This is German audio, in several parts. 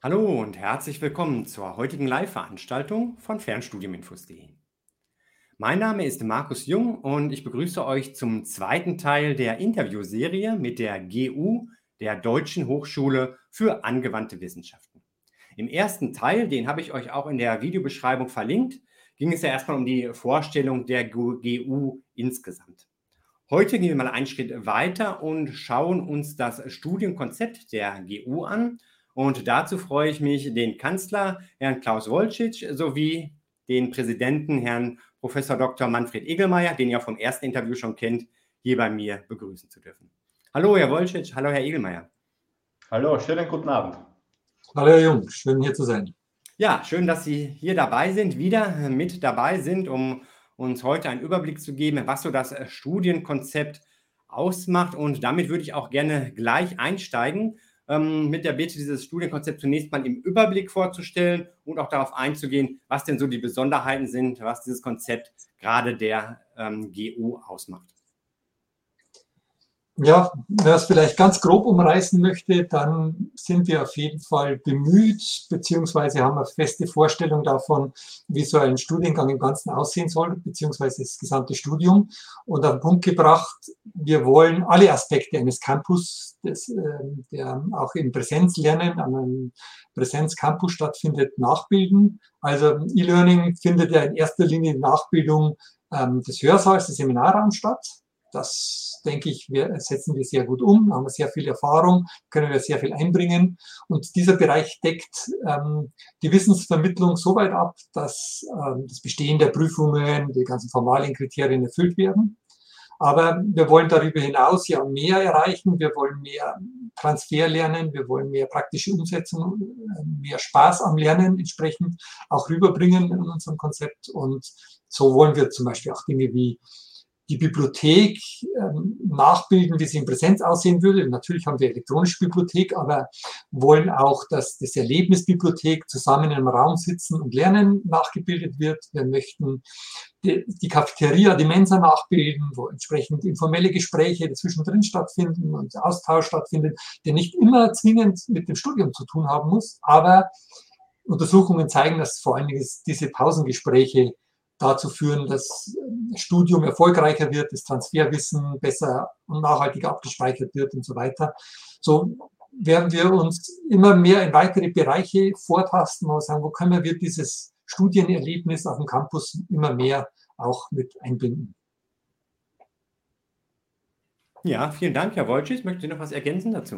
Hallo und herzlich willkommen zur heutigen Live-Veranstaltung von Fernstudiuminfos.de. Mein Name ist Markus Jung und ich begrüße euch zum zweiten Teil der Interviewserie mit der GU, der Deutschen Hochschule für angewandte Wissenschaften. Im ersten Teil, den habe ich euch auch in der Videobeschreibung verlinkt, ging es ja erstmal um die Vorstellung der GU insgesamt. Heute gehen wir mal einen Schritt weiter und schauen uns das Studienkonzept der GU an. Und dazu freue ich mich, den Kanzler, Herrn Klaus Woltschitsch, sowie den Präsidenten, Herrn Professor Dr. Manfred Egelmeier, den ihr vom ersten Interview schon kennt, hier bei mir begrüßen zu dürfen. Hallo, Herr Woltschitsch, hallo, Herr Egelmeier. Hallo, schönen guten Abend. Hallo, Herr Jung, schön hier zu sein. Ja, schön, dass Sie hier dabei sind, wieder mit dabei sind, um uns heute einen Überblick zu geben, was so das Studienkonzept ausmacht. Und damit würde ich auch gerne gleich einsteigen, mit der Bitte, dieses Studienkonzept zunächst mal im Überblick vorzustellen und auch darauf einzugehen, was denn so die Besonderheiten sind, was dieses Konzept gerade der GU ausmacht. Ja, wer es vielleicht ganz grob umreißen möchte, dann sind wir auf jeden Fall bemüht, beziehungsweise haben eine feste Vorstellung davon, wie so ein Studiengang im Ganzen aussehen soll, beziehungsweise das gesamte Studium. Und auf den Punkt gebracht, wir wollen alle Aspekte eines Campus, der auch im Präsenzlernen an einem Präsenzcampus stattfindet, nachbilden. Also E-Learning findet ja in erster Linie Nachbildung des Hörsaals, des Seminarraums statt. Das, denke ich, setzen wir sehr gut um, haben wir sehr viel Erfahrung, können wir sehr viel einbringen. Und dieser Bereich deckt die Wissensvermittlung so weit ab, dass das Bestehen der Prüfungen, die ganzen formalen Kriterien erfüllt werden. Aber wir wollen darüber hinaus ja mehr erreichen, wir wollen mehr Transfer lernen, wir wollen mehr praktische Umsetzung, mehr Spaß am Lernen entsprechend auch rüberbringen in unserem Konzept. Und so wollen wir zum Beispiel auch Dinge wie die Bibliothek nachbilden, wie sie in Präsenz aussehen würde. Natürlich haben wir elektronische Bibliothek, aber wollen auch, dass das Erlebnis Bibliothek zusammen in einem Raum sitzen und lernen nachgebildet wird. Wir möchten die Cafeteria, die Mensa nachbilden, wo entsprechend informelle Gespräche zwischendrin stattfinden und Austausch stattfindet, der nicht immer zwingend mit dem Studium zu tun haben muss, aber Untersuchungen zeigen, dass vor allen Dingen diese Pausengespräche dazu führen, dass das Studium erfolgreicher wird, das Transferwissen besser und nachhaltiger abgespeichert wird und so weiter. So werden wir uns immer mehr in weitere Bereiche vortasten und sagen, wo können wir dieses Studienerlebnis auf dem Campus immer mehr auch mit einbinden. Ja, vielen Dank, Herr Woltschitsch. Möchten Sie noch was ergänzen dazu?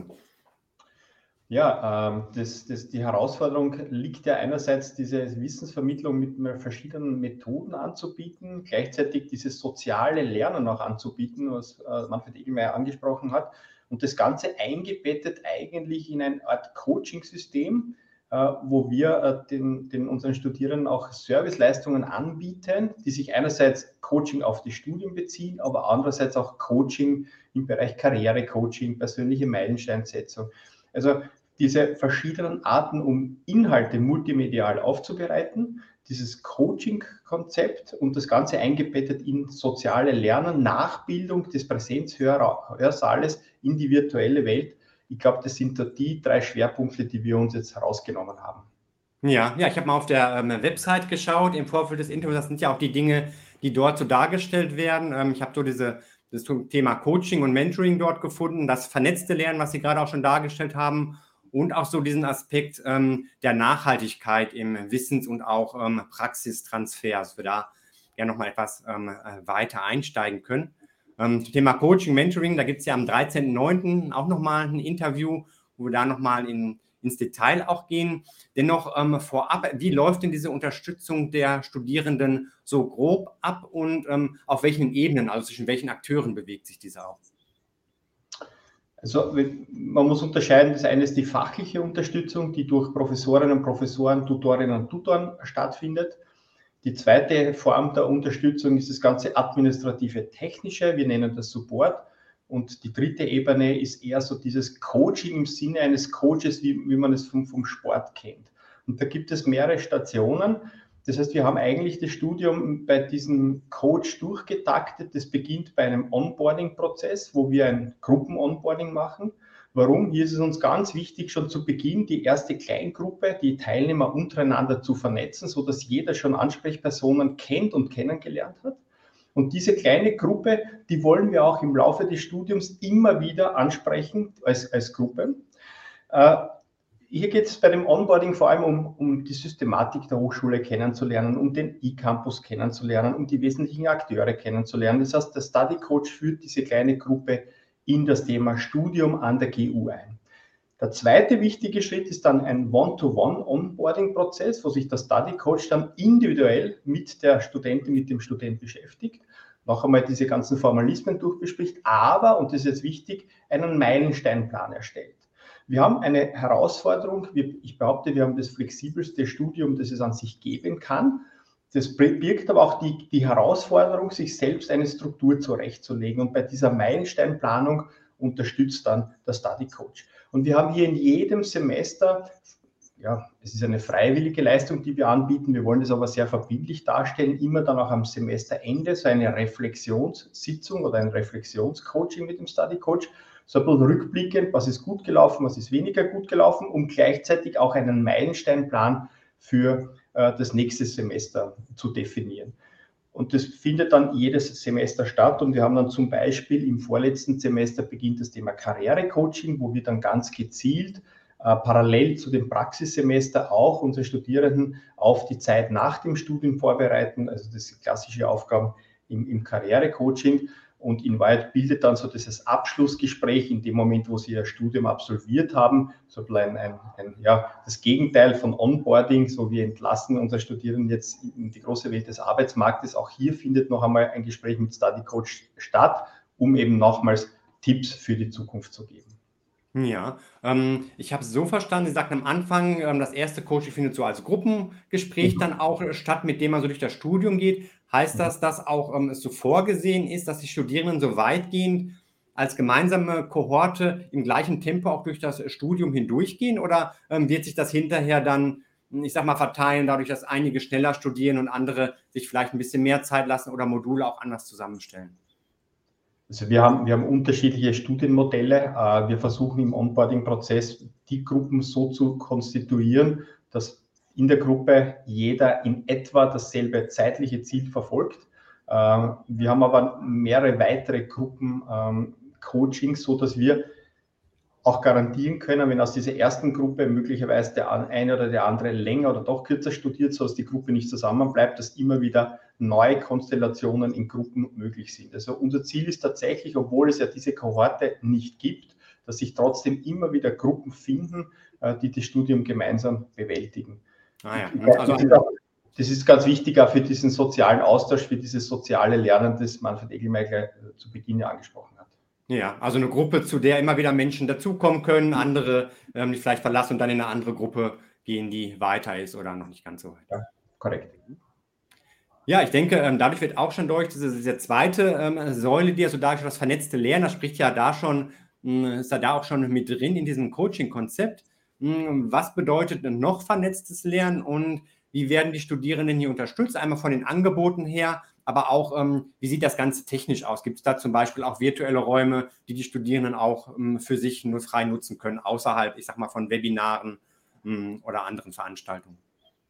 Ja, die Herausforderung liegt ja einerseits, diese Wissensvermittlung mit verschiedenen Methoden anzubieten, gleichzeitig dieses soziale Lernen auch anzubieten, was Manfred Egelmeier angesprochen hat, und das Ganze eingebettet eigentlich in eine Art Coaching-System, wo wir unseren Studierenden auch Serviceleistungen anbieten, die sich einerseits Coaching auf die Studien beziehen, aber andererseits auch Coaching im Bereich Karrierecoaching, persönliche Meilensteinsetzung. Also diese verschiedenen Arten, um Inhalte multimedial aufzubereiten, dieses Coaching-Konzept und das Ganze eingebettet in soziale Lernen, Nachbildung des Präsenzhörsaales in die virtuelle Welt. Ich glaube, das sind da die 3 Schwerpunkte, die wir uns jetzt herausgenommen haben. Ja, ich habe mal auf der Website geschaut im Vorfeld des Interviews. Das sind ja auch die Dinge, die dort so dargestellt werden. Ich habe so das Thema Coaching und Mentoring dort gefunden, das vernetzte Lernen, was Sie gerade auch schon dargestellt haben, und auch so diesen Aspekt der Nachhaltigkeit im Wissens- und auch Praxistransfer, dass wir da gerne nochmal etwas weiter einsteigen können. Thema Coaching, Mentoring, da gibt es ja am 13.09. auch nochmal ein Interview, wo wir da nochmal ins Detail auch gehen. Dennoch vorab, wie läuft denn diese Unterstützung der Studierenden so grob ab und auf welchen Ebenen, also zwischen welchen Akteuren bewegt sich diese auch? Also man muss unterscheiden, das eine ist die fachliche Unterstützung, die durch Professorinnen und Professoren, Tutorinnen und Tutoren stattfindet. Die zweite Form der Unterstützung ist das ganze administrative Technische, wir nennen das Support. Und die dritte Ebene ist eher so dieses Coaching im Sinne eines Coaches, wie man es vom Sport kennt. Und da gibt es mehrere Stationen. Das heißt, wir haben eigentlich das Studium bei diesem Coach durchgetaktet. Das beginnt bei einem Onboarding-Prozess, wo wir ein Gruppen-Onboarding machen. Warum? Hier ist es uns ganz wichtig, schon zu Beginn die erste Kleingruppe, die Teilnehmer untereinander zu vernetzen, sodass jeder schon Ansprechpersonen kennt und kennengelernt hat. Und diese kleine Gruppe, die wollen wir auch im Laufe des Studiums immer wieder ansprechen als Gruppe. Hier geht es bei dem Onboarding vor allem um die Systematik der Hochschule kennenzulernen, um den eCampus kennenzulernen, um die wesentlichen Akteure kennenzulernen. Das heißt, der Study Coach führt diese kleine Gruppe in das Thema Studium an der GU ein. Der zweite wichtige Schritt ist dann ein One-to-One-Onboarding-Prozess, wo sich der Study Coach dann individuell mit der Studentin, mit dem Student beschäftigt, noch einmal diese ganzen Formalismen durchbespricht, aber, und das ist jetzt wichtig, einen Meilensteinplan erstellt. Wir haben eine Herausforderung, ich behaupte, wir haben das flexibelste Studium, das es an sich geben kann. Das birgt aber auch die Herausforderung, sich selbst eine Struktur zurechtzulegen. Und bei dieser Meilensteinplanung unterstützt dann der Study Coach. Und wir haben hier in jedem Semester, ja, es ist eine freiwillige Leistung, die wir anbieten, wir wollen das aber sehr verbindlich darstellen, immer dann auch am Semesterende so eine Reflexionssitzung oder ein Reflexionscoaching mit dem Study Coach, so ein bisschen rückblickend, was ist gut gelaufen, was ist weniger gut gelaufen, um gleichzeitig auch einen Meilensteinplan für das nächste Semester zu definieren. Und das findet dann jedes Semester statt und wir haben dann zum Beispiel im vorletzten Semester beginnt das Thema Karrierecoaching, wo wir dann ganz gezielt parallel zu dem Praxissemester auch unsere Studierenden auf die Zeit nach dem Studium vorbereiten, also das sind klassische Aufgaben im Karrierecoaching. Und in Wahrheit bildet dann so dieses Abschlussgespräch in dem Moment, wo Sie Ihr Studium absolviert haben, so das Gegenteil von Onboarding, so wir entlassen unsere Studierenden jetzt in die große Welt des Arbeitsmarktes. Auch hier findet noch einmal ein Gespräch mit Study Coach statt, um eben nochmals Tipps für die Zukunft zu geben. Ja, ich habe es so verstanden, Sie sagten am Anfang, das erste Coaching findet so als Gruppengespräch dann auch statt, mit dem man so durch das Studium geht. Heißt das, dass auch es so vorgesehen ist, dass die Studierenden so weitgehend als gemeinsame Kohorte im gleichen Tempo auch durch das Studium hindurchgehen? Oder wird sich das hinterher dann, ich sag mal, verteilen, dadurch, dass einige schneller studieren und andere sich vielleicht ein bisschen mehr Zeit lassen oder Module auch anders zusammenstellen? Also wir haben unterschiedliche Studienmodelle. Wir versuchen im Onboarding-Prozess die Gruppen so zu konstituieren, dass in der Gruppe jeder in etwa dasselbe zeitliche Ziel verfolgt. Wir haben aber mehrere weitere Gruppen-Coachings, so dass wir auch garantieren können, wenn aus dieser ersten Gruppe möglicherweise der eine oder der andere länger oder doch kürzer studiert, sodass die Gruppe nicht zusammenbleibt, dass immer wieder neue Konstellationen in Gruppen möglich sind. Also unser Ziel ist tatsächlich, obwohl es ja diese Kohorte nicht gibt, dass sich trotzdem immer wieder Gruppen finden, die das Studium gemeinsam bewältigen. Das ist ganz wichtig auch für diesen sozialen Austausch, für dieses soziale Lernen, das Manfred Egelmeier zu Beginn angesprochen hat. Ja, also eine Gruppe, zu der immer wieder Menschen dazukommen können, andere, die vielleicht verlassen und dann in eine andere Gruppe gehen, die weiter ist oder noch nicht ganz so weit. Ja, korrekt. Ja, ich denke, dadurch wird auch schon durch diese zweite Säule, die ja so darstellt, das vernetzte Lernen, das spricht ja da schon, ist da auch schon mit drin in diesem Coaching-Konzept. Was bedeutet noch vernetztes Lernen und wie werden die Studierenden hier unterstützt? Einmal von den Angeboten her, aber auch, wie sieht das Ganze technisch aus? Gibt es da zum Beispiel auch virtuelle Räume, die die Studierenden auch für sich nur frei nutzen können, außerhalb, ich sag mal, von Webinaren oder anderen Veranstaltungen?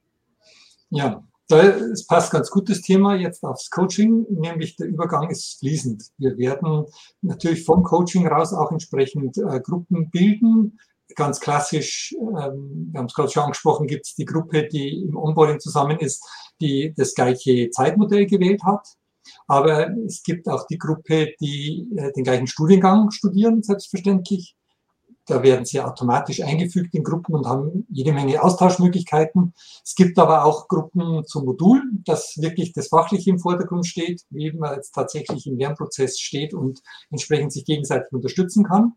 Ja, es passt ganz gut das Thema jetzt aufs Coaching, nämlich der Übergang ist fließend. Wir werden natürlich vom Coaching raus auch entsprechend Gruppen bilden. Ganz klassisch, wir haben es gerade schon angesprochen, gibt es die Gruppe, die im Onboarding zusammen ist, die das gleiche Zeitmodell gewählt hat. Aber es gibt auch die Gruppe, die den gleichen Studiengang studieren, selbstverständlich. Da werden sie automatisch eingefügt in Gruppen und haben jede Menge Austauschmöglichkeiten. Es gibt aber auch Gruppen zum Modul, dass wirklich das Fachliche im Vordergrund steht, wie man jetzt tatsächlich im Lernprozess steht und entsprechend sich gegenseitig unterstützen kann.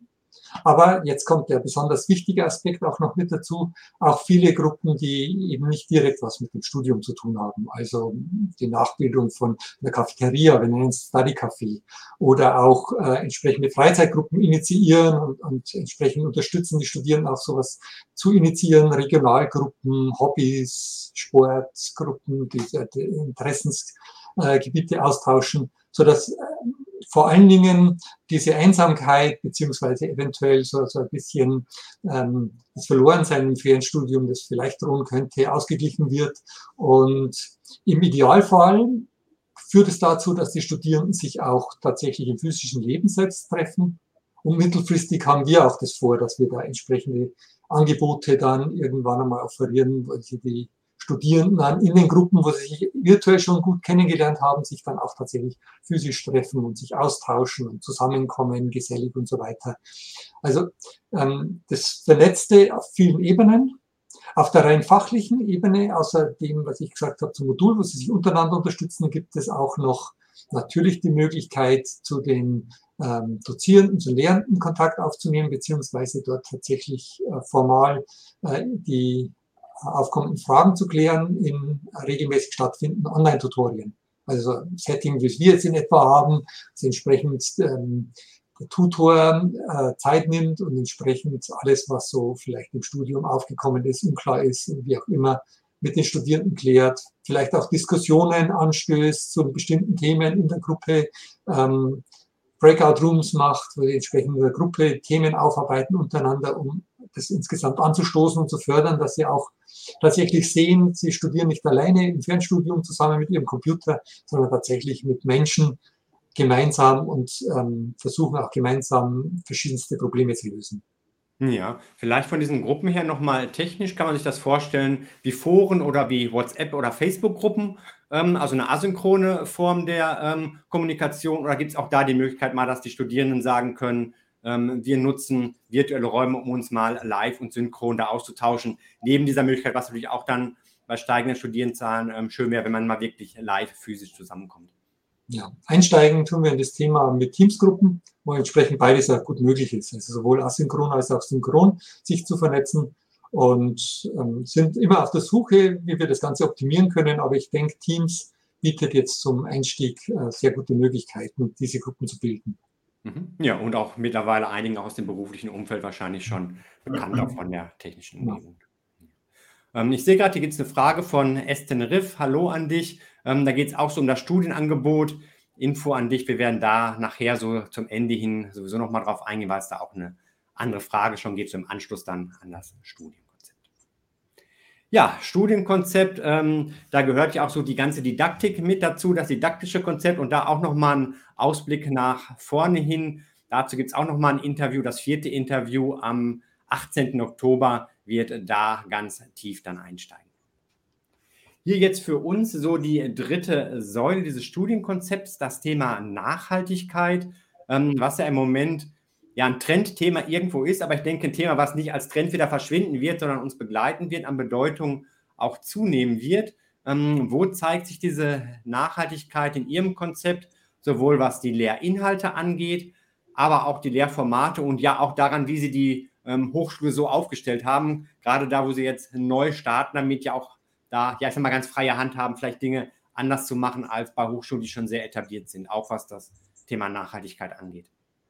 Aber jetzt kommt der besonders wichtige Aspekt auch noch mit dazu, auch viele Gruppen, die eben nicht direkt was mit dem Studium zu tun haben. Also die Nachbildung von einer Cafeteria, wir nennen es Study Café, oder auch entsprechende Freizeitgruppen initiieren und entsprechend unterstützen die Studierenden auch sowas zu initiieren, Regionalgruppen, Hobbys, Sportgruppen, die Interessensgebiete austauschen, sodass vor allen Dingen diese Einsamkeit beziehungsweise eventuell so ein bisschen das Verlorensein im Ferienstudium, das vielleicht drohen könnte, ausgeglichen wird. Und im Idealfall führt es dazu, dass die Studierenden sich auch tatsächlich im physischen Leben selbst treffen. Und mittelfristig haben wir auch das vor, dass wir da entsprechende Angebote dann irgendwann einmal offerieren, weil sie die Studierenden dann in den Gruppen, wo sie sich virtuell schon gut kennengelernt haben, sich dann auch tatsächlich physisch treffen und sich austauschen und zusammenkommen, gesellig und so weiter. Also das Vernetzte auf vielen Ebenen. Auf der rein fachlichen Ebene, außer dem, was ich gesagt habe, zum Modul, wo sie sich untereinander unterstützen, gibt es auch noch natürlich die Möglichkeit, zu den Dozierenden, zu Lehrenden Kontakt aufzunehmen, beziehungsweise dort tatsächlich formal die aufkommenden Fragen zu klären in regelmäßig stattfindenden Online-Tutorien. Also Setting, wie wir jetzt in etwa haben, das entsprechend der Tutor Zeit nimmt und entsprechend alles, was so vielleicht im Studium aufgekommen ist, unklar ist und wie auch immer, mit den Studierenden klärt, vielleicht auch Diskussionen anstößt zu bestimmten Themen in der Gruppe, Breakout Rooms macht, wo die entsprechende Gruppe Themen aufarbeiten untereinander, um das insgesamt anzustoßen und zu fördern, dass sie auch tatsächlich sehen, sie studieren nicht alleine im Fernstudium zusammen mit ihrem Computer, sondern tatsächlich mit Menschen gemeinsam und versuchen auch gemeinsam verschiedenste Probleme zu lösen. Ja, vielleicht von diesen Gruppen her nochmal technisch kann man sich das vorstellen wie Foren oder wie WhatsApp- oder Facebook-Gruppen, also eine asynchrone Form der Kommunikation, oder gibt es auch da die Möglichkeit mal, dass die Studierenden sagen können, wir nutzen virtuelle Räume, um uns mal live und synchron da auszutauschen. Neben dieser Möglichkeit, was natürlich auch dann bei steigenden Studierendenzahlen schön wäre, wenn man mal wirklich live physisch zusammenkommt. Ja, einsteigen tun wir in das Thema mit Teamsgruppen, wo entsprechend beides auch gut möglich ist. Also sowohl asynchron als auch synchron sich zu vernetzen und sind immer auf der Suche, wie wir das Ganze optimieren können. Aber ich denke, Teams bietet jetzt zum Einstieg sehr gute Möglichkeiten, diese Gruppen zu bilden. Ja, und auch mittlerweile einigen aus dem beruflichen Umfeld wahrscheinlich schon bekannt, auch von der technischen Umgebung. Ich sehe gerade, hier gibt es eine Frage von Esten Riff. Hallo an dich. Da geht es auch so um das Studienangebot. Info an dich. Wir werden da nachher so zum Ende hin sowieso nochmal drauf eingehen, weil es da auch eine andere Frage schon gibt, so im Anschluss dann an das Studienkonzept. Ja, Studienkonzept, da gehört ja auch so die ganze Didaktik mit dazu, das didaktische Konzept, und da auch nochmal ein Ausblick nach vorne hin. Dazu gibt es auch nochmal ein Interview, das 4. Interview am 18. Oktober wird da ganz tief dann einsteigen. Hier jetzt für uns so die dritte Säule dieses Studienkonzepts, das Thema Nachhaltigkeit, was ja im Moment ja ein Trendthema irgendwo ist, aber ich denke ein Thema, was nicht als Trend wieder verschwinden wird, sondern uns begleiten wird, an Bedeutung auch zunehmen wird. Wo zeigt sich diese Nachhaltigkeit in Ihrem Konzept, sowohl was die Lehrinhalte angeht, aber auch die Lehrformate und ja auch daran, wie Sie die Hochschule so aufgestellt haben, gerade da, wo Sie jetzt neu starten, damit ja auch da, ja, ich sag mal, ganz freie Hand haben, vielleicht Dinge anders zu machen als bei Hochschulen, die schon sehr etabliert sind, auch was das Thema Nachhaltigkeit angeht.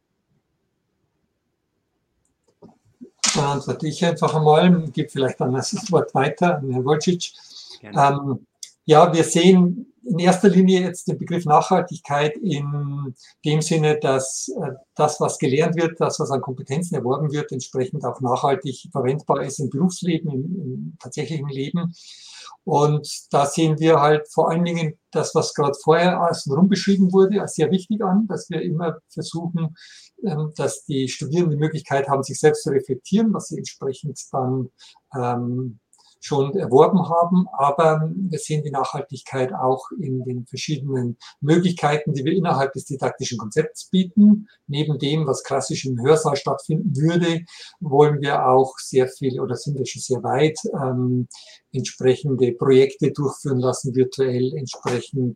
Dann antworte ich einfach einmal, gebe vielleicht dann das Wort weiter an Herrn Wojcic. Ja, wir sehen in erster Linie jetzt den Begriff Nachhaltigkeit in dem Sinne, dass das, was gelernt wird, das, was an Kompetenzen erworben wird, entsprechend auch nachhaltig verwendbar ist im Berufsleben, im tatsächlichen Leben. Und da sehen wir halt vor allen Dingen das, was gerade vorher außenrum beschrieben wurde, als sehr wichtig an, dass wir immer versuchen, dass die Studierenden die Möglichkeit haben, sich selbst zu reflektieren, was sie entsprechend dann schon erworben haben. Aber wir sehen die Nachhaltigkeit auch in den verschiedenen Möglichkeiten, die wir innerhalb des didaktischen Konzepts bieten. Neben dem, was klassisch im Hörsaal stattfinden würde, wollen wir auch sehr viel oder sind wir schon sehr weit entsprechende Projekte durchführen lassen, virtuell entsprechend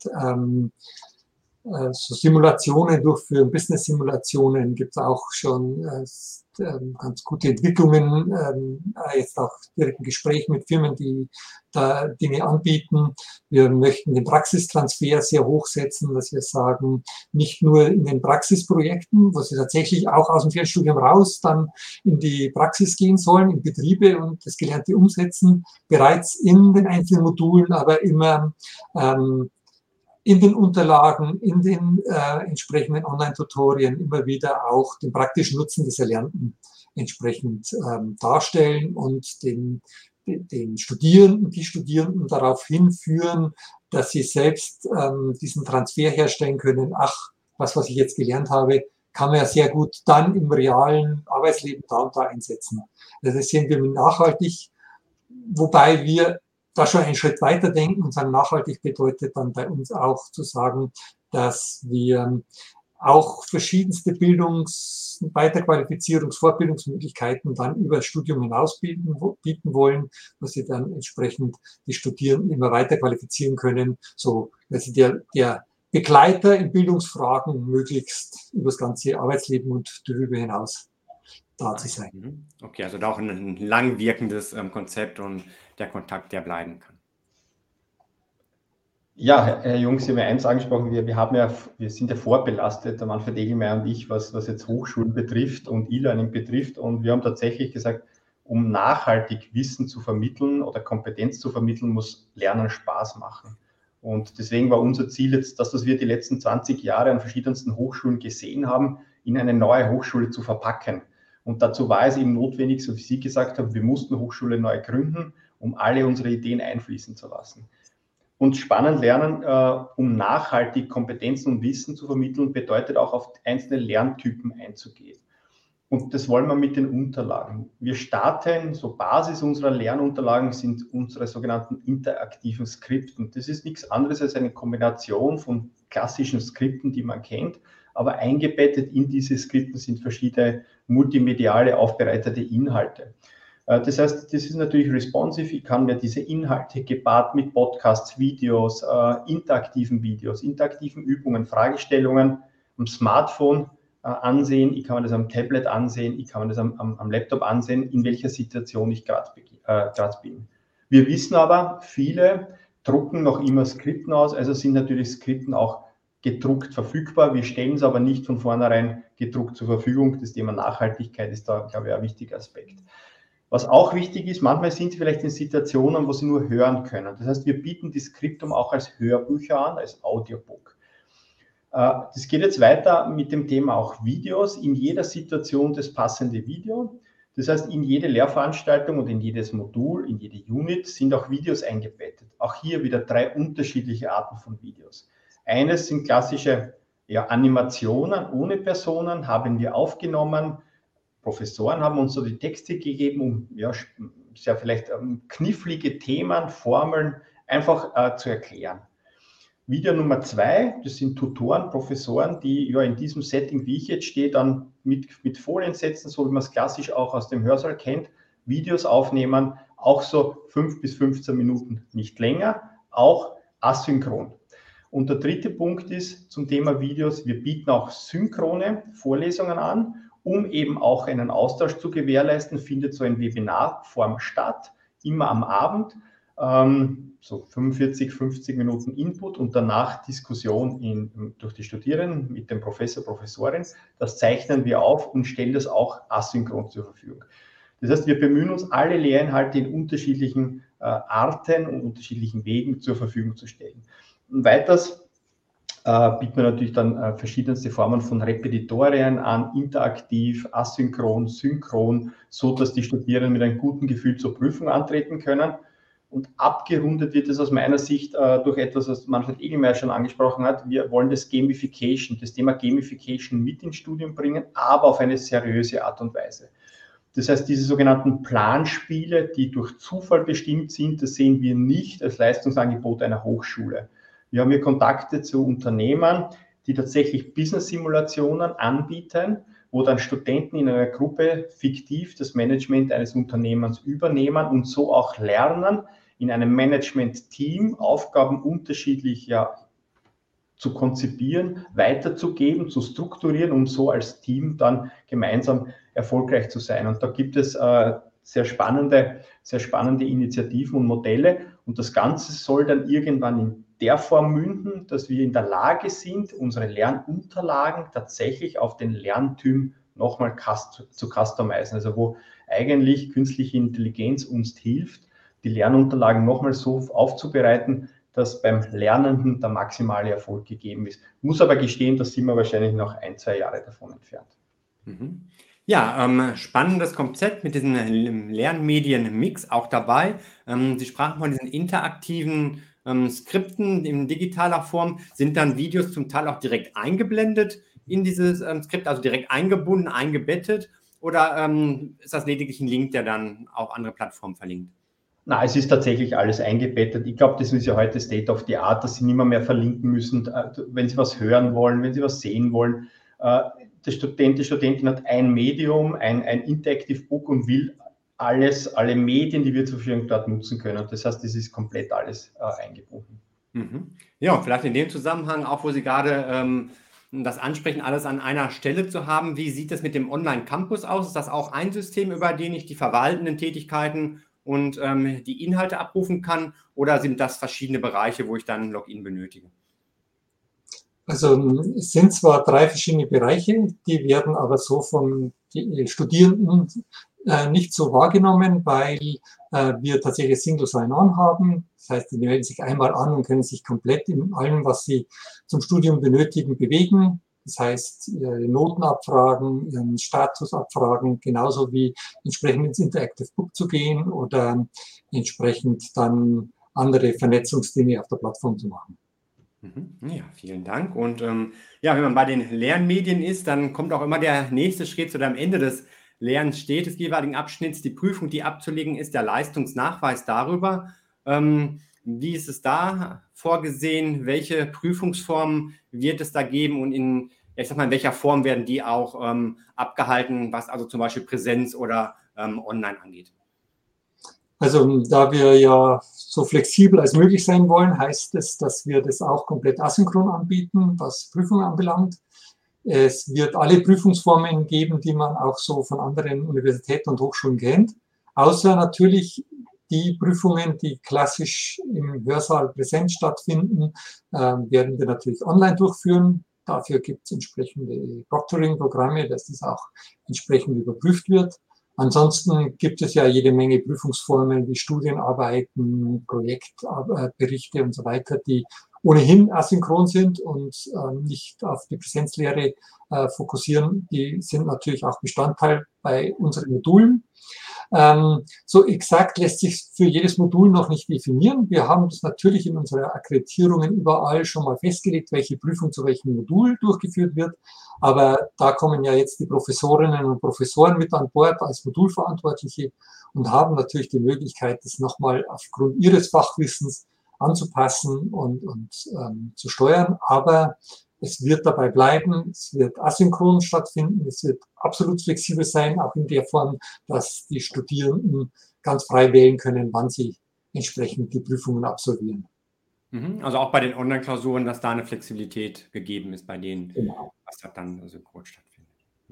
so Simulationen durchführen, Business-Simulationen gibt es auch schon ganz gute Entwicklungen, jetzt auch direkt ein Gespräch mit Firmen, die da Dinge anbieten. Wir möchten den Praxistransfer sehr hoch setzen, dass wir sagen, nicht nur in den Praxisprojekten, wo sie tatsächlich auch aus dem Fernstudium raus dann in die Praxis gehen sollen, in Betriebe und das Gelernte umsetzen, bereits in den einzelnen Modulen, aber immer in den Unterlagen, in den entsprechenden Online-Tutorien immer wieder auch den praktischen Nutzen des Erlernten entsprechend darstellen und den Studierenden, die Studierenden darauf hinführen, dass sie selbst diesen Transfer herstellen können. Ach, was ich jetzt gelernt habe, kann man ja sehr gut dann im realen Arbeitsleben da und da einsetzen. Also das sehen wir nachhaltig, wobei wir da schon einen Schritt weiter denken und sagen, nachhaltig bedeutet dann bei uns auch zu sagen, dass wir auch verschiedenste Weiterqualifizierungs-, Fortbildungsmöglichkeiten dann über das Studium hinaus bieten wollen, wo sie dann entsprechend die Studierenden immer weiter qualifizieren können, so dass der Begleiter in Bildungsfragen möglichst über das ganze Arbeitsleben und darüber hinaus da zu sein. Okay, also da auch ein langwirkendes Konzept und der Kontakt, der bleiben kann. Ja, Herr Jung, Sie haben ja eins angesprochen, wir sind ja vorbelastet, der Manfred Egelmeier und ich, was jetzt Hochschulen betrifft und E-Learning betrifft. Und wir haben tatsächlich gesagt, um nachhaltig Wissen zu vermitteln oder Kompetenz zu vermitteln, muss Lernen Spaß machen. Und deswegen war unser Ziel jetzt, das, was wir die letzten 20 Jahre an verschiedensten Hochschulen gesehen haben, in eine neue Hochschule zu verpacken. Und dazu war es eben notwendig, so wie Sie gesagt haben, wir mussten Hochschule neu gründen, um alle unsere Ideen einfließen zu lassen. Und spannend lernen, um nachhaltig Kompetenzen und Wissen zu vermitteln, bedeutet auch auf einzelne Lerntypen einzugehen. Und das wollen wir mit den Unterlagen. Wir starten, so Basis unserer Lernunterlagen sind unsere sogenannten interaktiven Skripten. Das ist nichts anderes als eine Kombination von klassischen Skripten, die man kennt, aber eingebettet in diese Skripten sind verschiedene multimediale aufbereitete Inhalte. Das heißt, das ist natürlich responsive. Ich kann mir diese Inhalte gepaart mit Podcasts, Videos, interaktiven Übungen, Fragestellungen am Smartphone ansehen. Ich kann mir das am Tablet ansehen. Ich kann mir das am Laptop ansehen, in welcher Situation ich gerade bin. Wir wissen aber, viele drucken noch immer Skripten aus, also sind natürlich Skripten auch gedruckt verfügbar. Wir stellen es aber nicht von vornherein gedruckt zur Verfügung. Das Thema Nachhaltigkeit ist da, glaube ich, ein wichtiger Aspekt. Was auch wichtig ist, manchmal sind Sie vielleicht in Situationen, wo Sie nur hören können. Das heißt, wir bieten die Skriptum auch als Hörbücher an, als Audiobook. Das geht jetzt weiter mit dem Thema auch Videos. In jeder Situation das passende Video. Das heißt, in jede Lehrveranstaltung und in jedes Modul, in jede Unit sind auch Videos eingebettet. Auch hier wieder 3 unterschiedliche Arten von Videos. Eines sind klassische Animationen ohne Personen, haben wir aufgenommen. Professoren haben uns so die Texte gegeben, um sehr vielleicht knifflige Themen, Formeln einfach zu erklären. Video Nummer 2, das sind Tutoren, Professoren, die in diesem Setting, wie ich jetzt stehe, dann mit Folien setzen, so wie man es klassisch auch aus dem Hörsaal kennt, Videos aufnehmen, auch so 5 bis 15 Minuten, nicht länger, auch asynchron. Und der dritte Punkt ist zum Thema Videos, wir bieten auch synchrone Vorlesungen an, um eben auch einen Austausch zu gewährleisten, findet so ein Webinarform statt, immer am Abend, so 45, 50 Minuten Input und danach Diskussion durch die Studierenden mit dem Professor, Professorin. Das zeichnen wir auf und stellen das auch asynchron zur Verfügung. Das heißt, wir bemühen uns, alle Lehrinhalte in unterschiedlichen Arten und unterschiedlichen Wegen zur Verfügung zu stellen. Und weiters bieten wir natürlich dann verschiedenste Formen von Repetitorien an, interaktiv, asynchron, synchron, so dass die Studierenden mit einem guten Gefühl zur Prüfung antreten können. Und abgerundet wird es aus meiner Sicht durch etwas, was Manfred Egelmeier schon angesprochen hat. Wir wollen das Thema Gamification mit ins Studium bringen, aber auf eine seriöse Art und Weise. Das heißt, diese sogenannten Planspiele, die durch Zufall bestimmt sind, das sehen wir nicht als Leistungsangebot einer Hochschule. Wir haben hier Kontakte zu Unternehmern, die tatsächlich Business-Simulationen anbieten, wo dann Studenten in einer Gruppe fiktiv das Management eines Unternehmens übernehmen und so auch lernen, in einem Management-Team Aufgaben unterschiedlich zu konzipieren, weiterzugeben, zu strukturieren, um so als Team dann gemeinsam erfolgreich zu sein. Und da gibt es sehr spannende Initiativen und Modelle. Und das Ganze soll dann irgendwann in der Form münden, dass wir in der Lage sind, unsere Lernunterlagen tatsächlich auf den Lerntyp nochmal zu customizen. Also wo eigentlich künstliche Intelligenz uns hilft, die Lernunterlagen nochmal so aufzubereiten, dass beim Lernenden der maximale Erfolg gegeben ist. Muss aber gestehen, da sind wir wahrscheinlich noch 1-2 Jahre davon entfernt. Mhm. Ja, spannendes Konzept mit diesem Lernmedien-Mix auch dabei. Sie sprachen von diesen interaktiven Skripten in digitaler Form. Sind dann Videos zum Teil auch direkt eingeblendet in dieses Skript, also direkt eingebunden, eingebettet? Oder ist das lediglich ein Link, der dann auf andere Plattformen verlinkt? Na, es ist tatsächlich alles eingebettet. Ich glaube, das ist ja heute State of the Art, dass Sie nicht mehr verlinken müssen, wenn Sie was hören wollen, wenn Sie was sehen wollen. Der Student, die Studentin hat ein Medium, ein Interactive Book und will alle Medien, die wir zur Verfügung dort nutzen können. Das heißt, das ist komplett alles eingebunden. Mhm. Ja, vielleicht in dem Zusammenhang, auch wo Sie gerade das ansprechen, alles an einer Stelle zu haben. Wie sieht es mit dem Online-Campus aus? Ist das auch ein System, über den ich die verwaltenden Tätigkeiten und die Inhalte abrufen kann? Oder sind das verschiedene Bereiche, wo ich dann ein Login benötige? Also es sind zwar 3 verschiedene Bereiche, die werden aber so von den Studierenden nicht so wahrgenommen, weil wir tatsächlich Single Sign-On haben. Das heißt, die melden sich einmal an und können sich komplett in allem, was sie zum Studium benötigen, bewegen. Das heißt, ihre Noten abfragen, ihren Status abfragen, genauso wie entsprechend ins Interactive Book zu gehen oder entsprechend dann andere Vernetzungsdinge auf der Plattform zu machen. Ja, vielen Dank. Und ja, wenn man bei den Lernmedien ist, dann kommt auch immer der nächste Schritt zu am Ende des Lernens steht, des jeweiligen Abschnitts, die Prüfung, die abzulegen ist, der Leistungsnachweis darüber. Wie ist es da vorgesehen? Welche Prüfungsformen wird es da geben und in welcher Form werden die auch abgehalten, was also zum Beispiel Präsenz oder online angeht? Also da wir ja so flexibel als möglich sein wollen, heißt es, dass wir das auch komplett asynchron anbieten, was Prüfungen anbelangt. Es wird alle Prüfungsformen geben, die man auch so von anderen Universitäten und Hochschulen kennt, außer natürlich die Prüfungen, die klassisch im Hörsaal präsent stattfinden, werden wir natürlich online durchführen. Dafür gibt es entsprechende Proctoring-Programme, dass das auch entsprechend überprüft wird. Ansonsten gibt es ja jede Menge Prüfungsformen wie Studienarbeiten, Projektberichte und so weiter, die ohnehin asynchron sind und nicht auf die Präsenzlehre fokussieren. Die sind natürlich auch Bestandteil bei unseren Modulen. So exakt lässt sich für jedes Modul noch nicht definieren. Wir haben das natürlich in unseren Akkreditierungen überall schon mal festgelegt, welche Prüfung zu welchem Modul durchgeführt wird. Aber da kommen ja jetzt die Professorinnen und Professoren mit an Bord als Modulverantwortliche und haben natürlich die Möglichkeit, das nochmal aufgrund ihres Fachwissens anzupassen und zu steuern. Aber es wird dabei bleiben, es wird asynchron stattfinden, es wird absolut flexibel sein, auch in der Form, dass die Studierenden ganz frei wählen können, wann sie entsprechend die Prüfungen absolvieren. Also auch bei den Online-Klausuren, dass da eine Flexibilität gegeben ist bei denen, Genau. was da dann synchron stattfindet.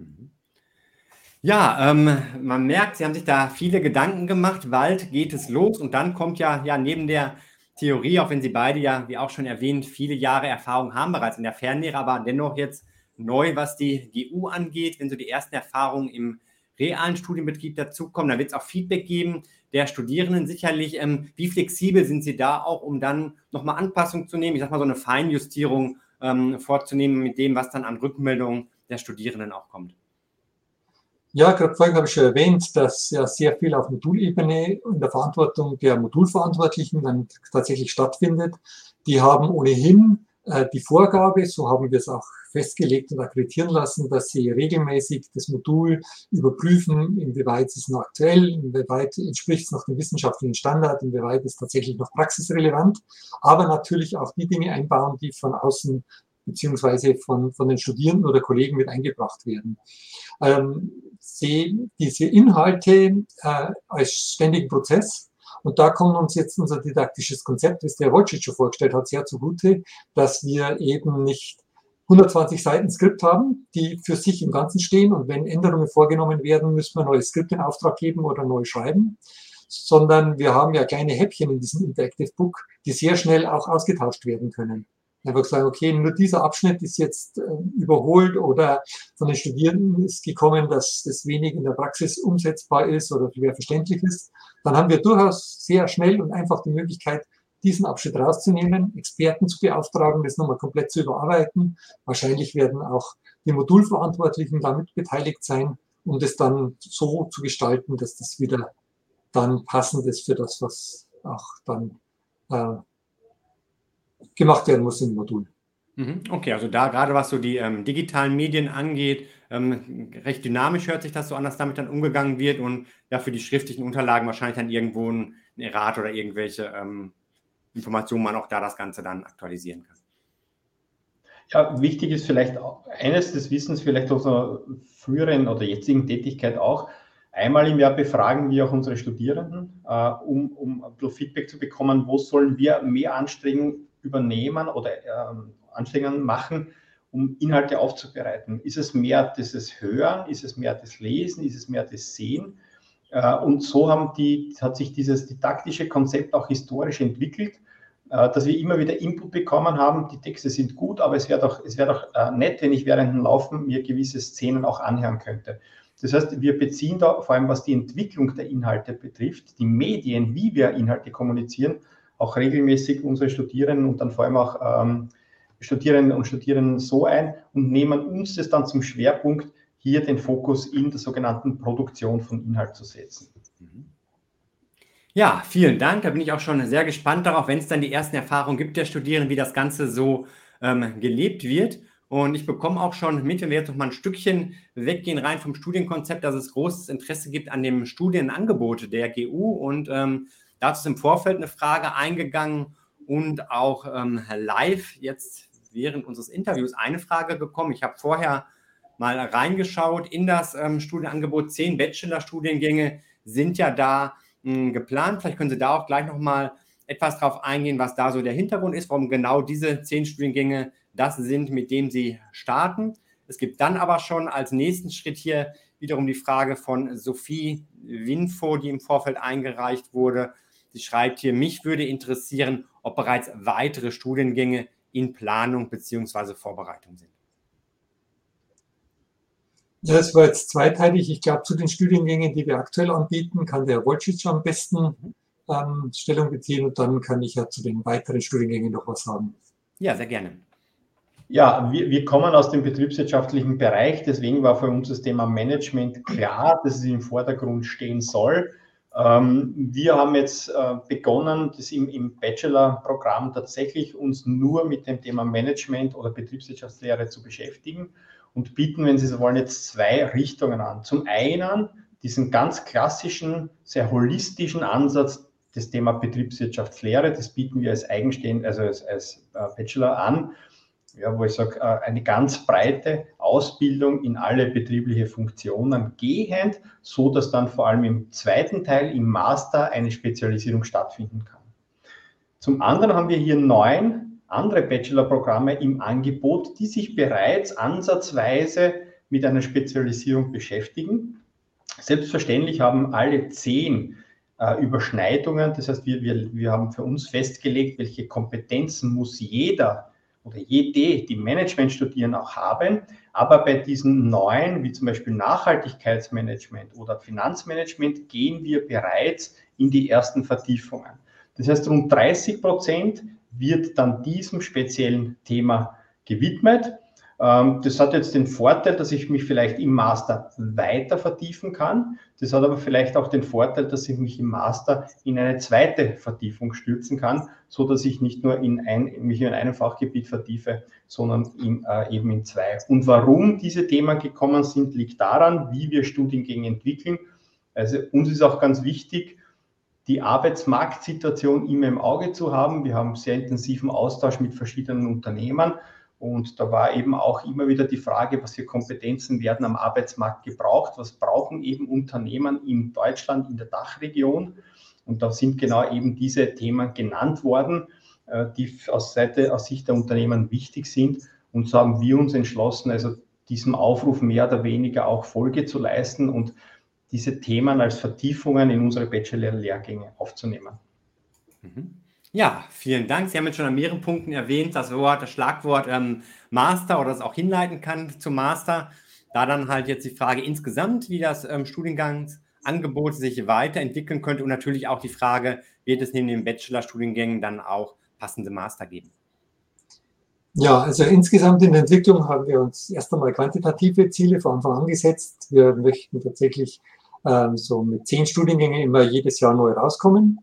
Ja, man merkt, Sie haben sich da viele Gedanken gemacht, bald geht es los und dann kommt ja neben der Theorie, auch wenn Sie beide ja, wie auch schon erwähnt, viele Jahre Erfahrung haben bereits in der Fernlehre, aber dennoch jetzt neu, was die GU angeht, wenn so die ersten Erfahrungen im realen Studienbetrieb dazukommen, dann wird es auch Feedback geben der Studierenden sicherlich. Wie flexibel sind Sie da auch, um dann nochmal Anpassungen zu nehmen, ich sag mal so eine Feinjustierung vorzunehmen mit dem, was dann an Rückmeldungen der Studierenden auch kommt? Ja, gerade vorhin habe ich schon erwähnt, dass ja sehr viel auf Modulebene in der Verantwortung der Modulverantwortlichen dann tatsächlich stattfindet. Die haben ohnehin die Vorgabe, so haben wir es auch festgelegt und akkreditieren lassen, dass sie regelmäßig das Modul überprüfen, inwieweit es noch aktuell, inwieweit entspricht es noch dem wissenschaftlichen Standard, inwieweit es tatsächlich noch praxisrelevant, aber natürlich auch die Dinge einbauen, die von außen beziehungsweise von den Studierenden oder Kollegen mit eingebracht werden. Sehen diese Inhalte als ständigen Prozess Und da kommt uns jetzt unser didaktisches Konzept, das der Wojciech schon vorgestellt hat, sehr zugute, dass wir eben nicht 120 Seiten Skript haben, die für sich im Ganzen stehen, und wenn Änderungen vorgenommen werden, müssen wir ein neues Skript in Auftrag geben oder neu schreiben, sondern wir haben ja kleine Häppchen in diesem Interactive Book, die sehr schnell auch ausgetauscht werden können. Einfach sagen, okay, nur dieser Abschnitt ist jetzt überholt, oder von den Studierenden ist gekommen, dass das wenig in der Praxis umsetzbar ist oder schwer verständlich ist. Dann haben wir durchaus sehr schnell und einfach die Möglichkeit, diesen Abschnitt rauszunehmen, Experten zu beauftragen, das nochmal komplett zu überarbeiten. Wahrscheinlich werden auch die Modulverantwortlichen damit beteiligt sein, um das dann so zu gestalten, dass das wieder dann passend ist für das, was auch dann gemacht werden muss im Modul. Okay, also da gerade was so die digitalen Medien angeht, recht dynamisch hört sich das so an, dass damit dann umgegangen wird und ja für die schriftlichen Unterlagen wahrscheinlich dann irgendwo ein Errat oder irgendwelche Informationen man auch da das Ganze dann aktualisieren kann. Ja, wichtig ist vielleicht auch eines des Wissens, vielleicht aus einer früheren oder jetzigen Tätigkeit auch. Einmal im Jahr befragen wir auch unsere Studierenden, um ein bisschen Feedback zu bekommen, wo sollen wir mehr Anstrengungen übernehmen oder Anstrengungen machen, um Inhalte aufzubereiten. Ist es mehr das Hören, ist es mehr das Lesen, ist es mehr das Sehen? Und so hat sich dieses didaktische Konzept auch historisch entwickelt, dass wir immer wieder Input bekommen haben, die Texte sind gut, aber es wäre doch nett, wenn ich während dem Laufen mir gewisse Szenen auch anhören könnte. Das heißt, wir beziehen da vor allem, was die Entwicklung der Inhalte betrifft, die Medien, wie wir Inhalte kommunizieren, auch regelmäßig unsere Studierenden und dann vor allem auch Studierenden und Studierenden so ein und nehmen uns das dann zum Schwerpunkt, hier den Fokus in der sogenannten Produktion von Inhalt zu setzen. Ja, vielen Dank. Da bin ich auch schon sehr gespannt darauf, wenn es dann die ersten Erfahrungen gibt der Studierenden, wie das Ganze so gelebt wird. Und ich bekomme auch schon mit, wenn wir jetzt noch mal ein Stückchen weggehen, rein vom Studienkonzept, dass es großes Interesse gibt an dem Studienangebot der GU. Und dazu ist im Vorfeld eine Frage eingegangen und auch live jetzt während unseres Interviews eine Frage gekommen. Ich habe vorher mal reingeschaut in das Studienangebot. 10 Bachelorstudiengänge sind ja da geplant. Vielleicht können Sie da auch gleich noch mal etwas drauf eingehen, was da so der Hintergrund ist, warum genau diese 10 Studiengänge das sind, mit dem Sie starten. Es gibt dann aber schon als nächsten Schritt hier wiederum die Frage von Sophie Winfo, die im Vorfeld eingereicht wurde. Sie schreibt hier, mich würde interessieren, ob bereits weitere Studiengänge in Planung bzw. Vorbereitung sind. Ja, das war jetzt zweiteilig. Ich glaube, zu den Studiengängen, die wir aktuell anbieten, kann der Wojciech am besten Stellung beziehen, und dann kann ich ja zu den weiteren Studiengängen noch was sagen. Ja, sehr gerne. Ja, wir kommen aus dem betriebswirtschaftlichen Bereich, deswegen war für uns das Thema Management klar, dass es im Vordergrund stehen soll. Wir haben jetzt begonnen, das im Bachelor-Programm tatsächlich uns nur mit dem Thema Management oder Betriebswirtschaftslehre zu beschäftigen und bieten, wenn Sie so wollen, jetzt 2 Richtungen an. Zum einen diesen ganz klassischen, sehr holistischen Ansatz, das Thema Betriebswirtschaftslehre, das bieten wir als eigenständig, also als Bachelor an. Ja, wo ich sage, eine ganz breite Ausbildung in alle betriebliche Funktionen gehend, so dass dann vor allem im zweiten Teil, im Master, eine Spezialisierung stattfinden kann. Zum anderen haben wir hier 9 andere Bachelorprogramme im Angebot, die sich bereits ansatzweise mit einer Spezialisierung beschäftigen. Selbstverständlich haben alle 10 Überschneidungen, das heißt, wir haben für uns festgelegt, welche Kompetenzen muss jeder oder jede, die Management studieren, auch haben. Aber bei diesen 9, wie zum Beispiel Nachhaltigkeitsmanagement oder Finanzmanagement, gehen wir bereits in die ersten Vertiefungen. Das heißt, rund 30% wird dann diesem speziellen Thema gewidmet. Das hat jetzt den Vorteil, dass ich mich vielleicht im Master weiter vertiefen kann. Das hat aber vielleicht auch den Vorteil, dass ich mich im Master in eine zweite Vertiefung stürzen kann, so dass ich nicht nur mich in einem Fachgebiet vertiefe, sondern eben in 2. Und warum diese Themen gekommen sind, liegt daran, wie wir Studiengänge entwickeln. Also uns ist auch ganz wichtig, die Arbeitsmarktsituation immer im Auge zu haben. Wir haben sehr intensiven Austausch mit verschiedenen Unternehmen. Und da war eben auch immer wieder die Frage, was für Kompetenzen werden am Arbeitsmarkt gebraucht, was brauchen eben Unternehmen in Deutschland, in der Dachregion. Und da sind genau eben diese Themen genannt worden, die aus Sicht der Unternehmen wichtig sind. Und so haben wir uns entschlossen, also diesem Aufruf mehr oder weniger auch Folge zu leisten und diese Themen als Vertiefungen in unsere Bachelor-Lehrgänge aufzunehmen. Ja, vielen Dank. Sie haben jetzt schon an mehreren Punkten erwähnt, das Schlagwort Master oder das auch hinleiten kann zum Master. Da dann halt jetzt die Frage insgesamt, wie das Studiengangsangebot sich weiterentwickeln könnte und natürlich auch die Frage, wird es neben den Bachelorstudiengängen dann auch passende Master geben? Ja, also insgesamt in der Entwicklung haben wir uns erst einmal quantitative Ziele von Anfang an gesetzt. Wir möchten tatsächlich so mit 10 Studiengängen immer jedes Jahr neu rauskommen.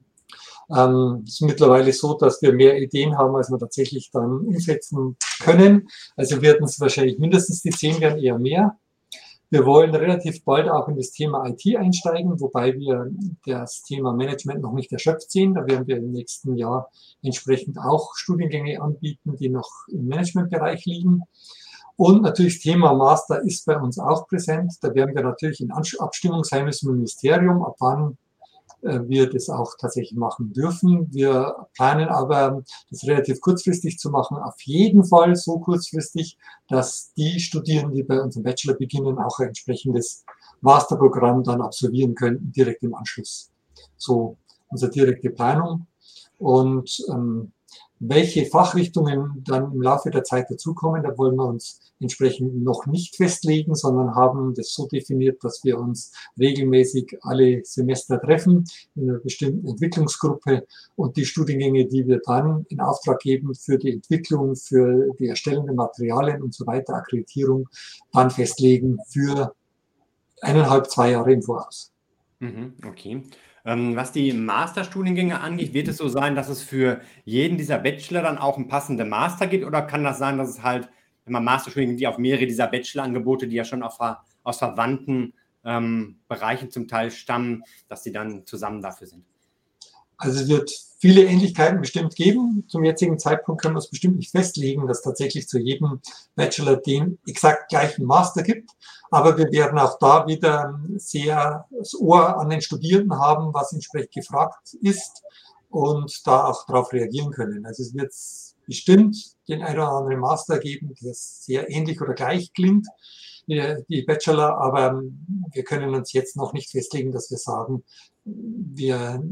Es ist mittlerweile so, dass wir mehr Ideen haben, als wir tatsächlich dann umsetzen können. Also werden es wahrscheinlich mindestens die 10 werden, eher mehr. Wir wollen relativ bald auch in das Thema IT einsteigen, wobei wir das Thema Management noch nicht erschöpft sehen. Da werden wir im nächsten Jahr entsprechend auch Studiengänge anbieten, die noch im Managementbereich liegen. Und natürlich das Thema Master ist bei uns auch präsent. Da werden wir natürlich in Abstimmung sein müssen mit dem Ministerium, ab wann wir das auch tatsächlich machen dürfen. Wir planen aber, das relativ kurzfristig zu machen, auf jeden Fall so kurzfristig, dass die Studierenden, die bei uns im Bachelor beginnen, auch ein entsprechendes Masterprogramm dann absolvieren könnten, direkt im Anschluss. So unsere direkte Planung. Und welche Fachrichtungen dann im Laufe der Zeit dazukommen, da wollen wir uns entsprechend noch nicht festlegen, sondern haben das so definiert, dass wir uns regelmäßig alle Semester treffen in einer bestimmten Entwicklungsgruppe und die Studiengänge, die wir dann in Auftrag geben für die Entwicklung, für die Erstellung der Materialien und so weiter, Akkreditierung, dann festlegen für 1,5, 2 Jahre im Voraus. Okay. Was die Masterstudiengänge angeht, wird es so sein, dass es für jeden dieser Bachelor dann auch einen passenden Master gibt? Oder kann das sein, dass es halt immer Masterstudiengänge, die auf mehrere dieser Bachelor-Angebote, die ja schon aus verwandten Bereichen zum Teil stammen, dass die dann zusammen dafür sind? Also es wird viele Ähnlichkeiten bestimmt geben. Zum jetzigen Zeitpunkt können wir es bestimmt nicht festlegen, dass tatsächlich zu jedem Bachelor den exakt gleichen Master gibt. Aber wir werden auch da wieder sehr das Ohr an den Studierenden haben, was entsprechend gefragt ist und da auch darauf reagieren können. Also es wird bestimmt den einen oder anderen Master geben, der sehr ähnlich oder gleich klingt wie die Bachelor, aber wir können uns jetzt noch nicht festlegen, dass wir sagen, wir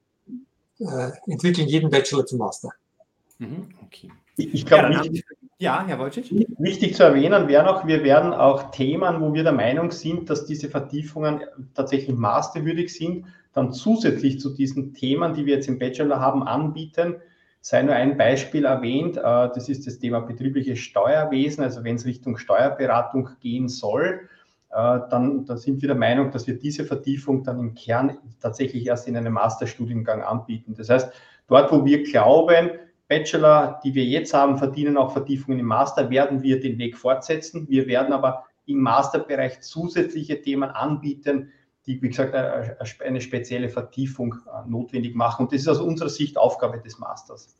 entwickeln jeden Bachelor zum Master. Okay. Ich glaube, ja, Herr Wojcik? Wichtig zu erwähnen wäre noch, wir werden auch Themen, wo wir der Meinung sind, dass diese Vertiefungen tatsächlich masterwürdig sind, dann zusätzlich zu diesen Themen, die wir jetzt im Bachelor haben, anbieten. Sei nur ein Beispiel erwähnt, das ist das Thema betriebliches Steuerwesen, also wenn es Richtung Steuerberatung gehen soll, dann sind wir der Meinung, dass wir diese Vertiefung dann im Kern tatsächlich erst in einem Masterstudiengang anbieten. Das heißt, dort, wo wir glauben, Bachelor, die wir jetzt haben, verdienen auch Vertiefungen im Master, werden wir den Weg fortsetzen. Wir werden aber im Masterbereich zusätzliche Themen anbieten, die, wie gesagt, eine spezielle Vertiefung notwendig machen. Und das ist aus unserer Sicht Aufgabe des Masters.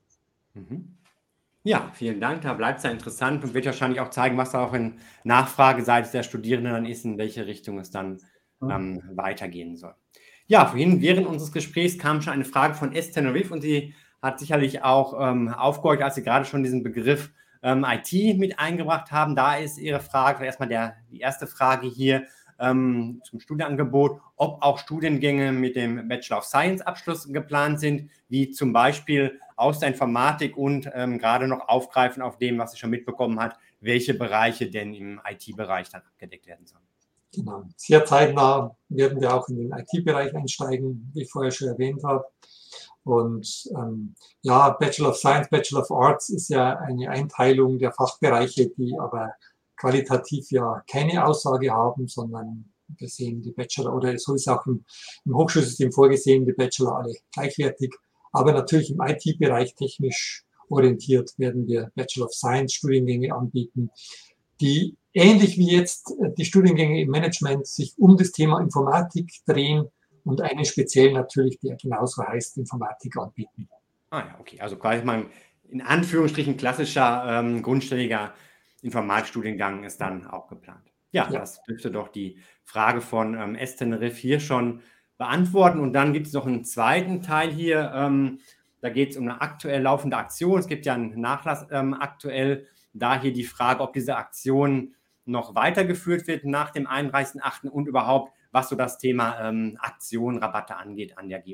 Ja, vielen Dank. Da bleibt es ja interessant und wird wahrscheinlich auch zeigen, was da auch in Nachfrage seitens der Studierenden dann ist, in welche Richtung es dann weitergehen soll. Ja, vorhin während unseres Gesprächs kam schon eine Frage von S. Tenerife und sie hat sicherlich auch aufgehorcht, als Sie gerade schon diesen Begriff IT mit eingebracht haben. Da ist Ihre Frage, erstmal die erste Frage hier zum Studienangebot, ob auch Studiengänge mit dem Bachelor of Science Abschluss geplant sind, wie zum Beispiel aus der Informatik und gerade noch aufgreifen auf dem, was sie schon mitbekommen hat, welche Bereiche denn im IT-Bereich dann abgedeckt werden sollen. Genau. Sehr zeitnah werden wir auch in den IT-Bereich einsteigen, wie ich vorher schon erwähnt habe. Und ja, Bachelor of Science, Bachelor of Arts ist ja eine Einteilung der Fachbereiche, die aber qualitativ ja keine Aussage haben, sondern wir sehen die Bachelor, oder so ist auch im Hochschulsystem vorgesehen, die Bachelor alle gleichwertig. Aber natürlich im IT-Bereich technisch orientiert werden wir Bachelor of Science Studiengänge anbieten, die ähnlich wie jetzt die Studiengänge im Management sich um das Thema Informatik drehen und einen speziell natürlich, der genauso heißt, Informatik anbieten. Ja, okay. Also quasi mal in Anführungsstrichen klassischer grundstelliger Informatikstudiengang ist dann auch geplant. Ja, das dürfte doch die Frage von S. Tenerife hier schon beantworten. Und dann gibt es noch einen zweiten Teil hier. Da geht es um eine aktuell laufende Aktion. Es gibt ja einen Nachlass aktuell. Da hier die Frage, ob diese Aktion noch weitergeführt wird nach dem 31.08. und überhaupt, was so das Thema Aktionen, Rabatte angeht an der GU.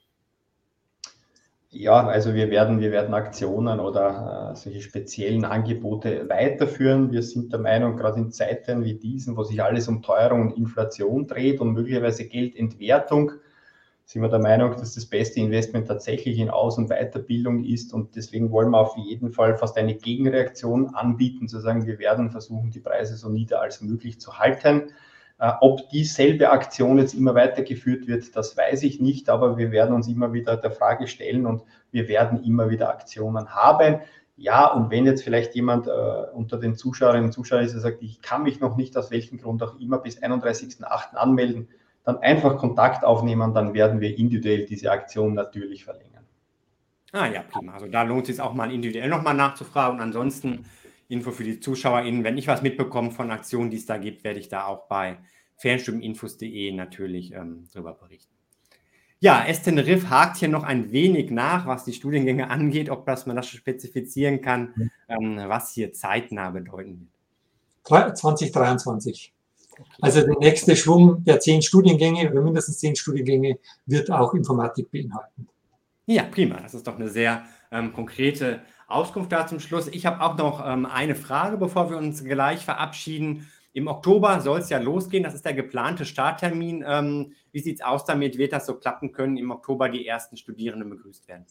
Ja, also wir werden Aktionen oder solche speziellen Angebote weiterführen. Wir sind der Meinung, gerade in Zeiten wie diesen, wo sich alles um Teuerung und Inflation dreht und möglicherweise Geldentwertung, sind wir der Meinung, dass das beste Investment tatsächlich in Aus- und Weiterbildung ist. Und deswegen wollen wir auf jeden Fall fast eine Gegenreaktion anbieten, zu sagen, wir werden versuchen, die Preise so nieder als möglich zu halten. Ob dieselbe Aktion jetzt immer weitergeführt wird, das weiß ich nicht, aber wir werden uns immer wieder der Frage stellen und wir werden immer wieder Aktionen haben. Ja, und wenn jetzt vielleicht jemand unter den Zuschauerinnen und Zuschauern ist, der sagt, ich kann mich noch nicht, aus welchem Grund auch immer, bis 31.08. anmelden, dann einfach Kontakt aufnehmen, dann werden wir individuell diese Aktion natürlich verlängern. Ah ja, prima. Also da lohnt es sich auch mal individuell nochmal nachzufragen. Und ansonsten Info für die ZuschauerInnen, wenn ich was mitbekomme von Aktionen, die es da gibt, werde ich da auch bei fernstudieninfos.de natürlich drüber berichten. Ja, Tenerife hakt hier noch ein wenig nach, was die Studiengänge angeht, ob man das spezifizieren kann, was hier zeitnah bedeuten wird. 2023. Also der nächste Schwung der 10 Studiengänge oder mindestens 10 Studiengänge wird auch Informatik beinhalten. Ja, prima. Das ist doch eine sehr konkrete Auskunft da zum Schluss. Ich habe auch noch eine Frage, bevor wir uns gleich verabschieden. Im Oktober soll es ja losgehen. Das ist der geplante Starttermin. Wie sieht es aus damit? Wird das so klappen können, im Oktober die ersten Studierenden begrüßt werden?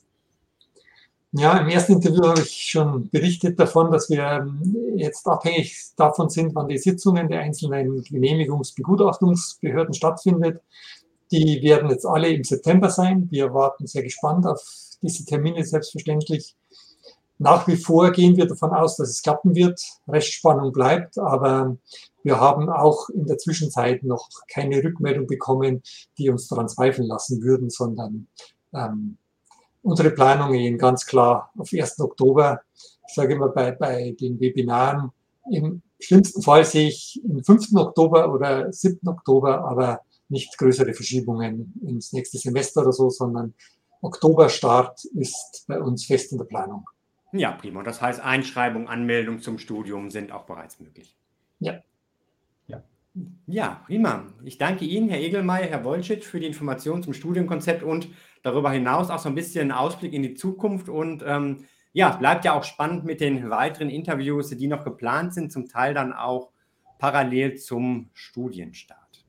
Ja, im ersten Interview habe ich schon berichtet davon, dass wir jetzt abhängig davon sind, wann die Sitzungen der einzelnen Genehmigungsbegutachtungsbehörden stattfindet. Die werden jetzt alle im September sein. Wir warten sehr gespannt auf diese Termine, selbstverständlich. Nach wie vor gehen wir davon aus, dass es klappen wird. Restspannung bleibt, aber wir haben auch in der Zwischenzeit noch keine Rückmeldung bekommen, die uns daran zweifeln lassen würden, sondern unsere Planungen gehen ganz klar auf 1. Oktober. Ich sage immer bei den Webinaren, im schlimmsten Fall sehe ich im 5. Oktober oder 7. Oktober, aber nicht größere Verschiebungen ins nächste Semester oder so, sondern Oktoberstart ist bei uns fest in der Planung. Ja, prima. Das heißt, Einschreibung, Anmeldung zum Studium sind auch bereits möglich. Ja. Ja, prima. Ich danke Ihnen, Herr Egelmeier, Herr Wolschitz, für die Informationen zum Studienkonzept und darüber hinaus auch so ein bisschen Ausblick in die Zukunft. Und ja, bleibt ja auch spannend mit den weiteren Interviews, die noch geplant sind, zum Teil dann auch parallel zum Studienstart.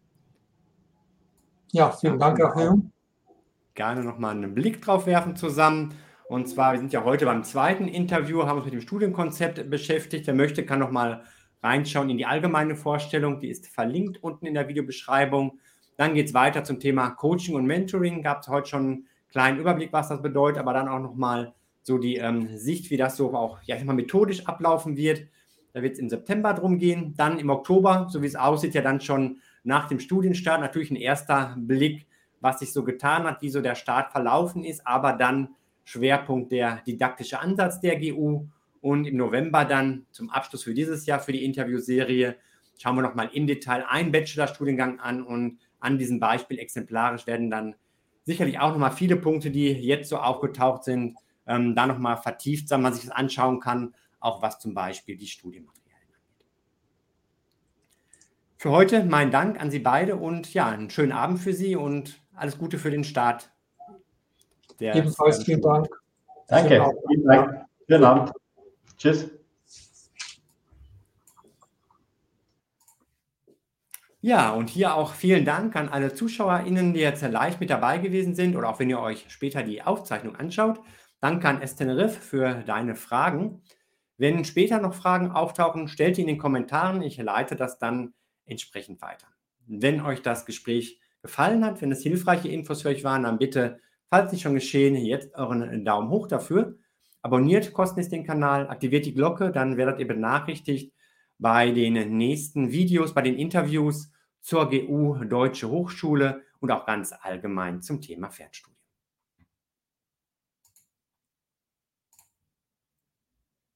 Ja, vielen Dank auch, Herr Jung. Gerne nochmal einen Blick drauf werfen zusammen. Und zwar, wir sind ja heute beim zweiten Interview, haben uns mit dem Studienkonzept beschäftigt. Wer möchte, kann nochmal reinschauen in die allgemeine Vorstellung. Die ist verlinkt unten in der Videobeschreibung. Dann geht es weiter zum Thema Coaching und Mentoring. Gab es heute schon einen kleinen Überblick, was das bedeutet, aber dann auch nochmal so die Sicht, wie das so auch methodisch ablaufen wird. Da wird es im September drum gehen. Dann im Oktober, so wie es aussieht, ja dann schon nach dem Studienstart natürlich ein erster Blick, was sich so getan hat, wie so der Start verlaufen ist, aber dann Schwerpunkt der didaktische Ansatz der GU und im November dann zum Abschluss für dieses Jahr, für die Interviewserie, schauen wir nochmal im Detail einen Bachelorstudiengang an und an diesem Beispiel exemplarisch werden dann sicherlich auch nochmal viele Punkte, die jetzt so aufgetaucht sind, da nochmal vertieft sein, man sich das anschauen kann, auch was zum Beispiel die Studienmaterialien angeht. Für heute mein Dank an Sie beide und ja, einen schönen Abend für Sie und alles Gute für den Start. Ebenfalls vielen Dank. Danke. Vielen Dank. Schönen Abend. Tschüss. Ja, und hier auch vielen Dank an alle ZuschauerInnen, die jetzt live mit dabei gewesen sind oder auch wenn ihr euch später die Aufzeichnung anschaut. Danke an Tenerife für deine Fragen. Wenn später noch Fragen auftauchen, stellt die in den Kommentaren. Ich leite das dann entsprechend weiter. Wenn euch das Gespräch gefallen hat, wenn es hilfreiche Infos für euch waren, dann bitte, falls nicht schon geschehen, jetzt euren Daumen hoch dafür. Abonniert kostenlos den Kanal, aktiviert die Glocke, dann werdet ihr benachrichtigt bei den nächsten Videos, bei den Interviews zur GU Deutsche Hochschule und auch ganz allgemein zum Thema Fernstudium.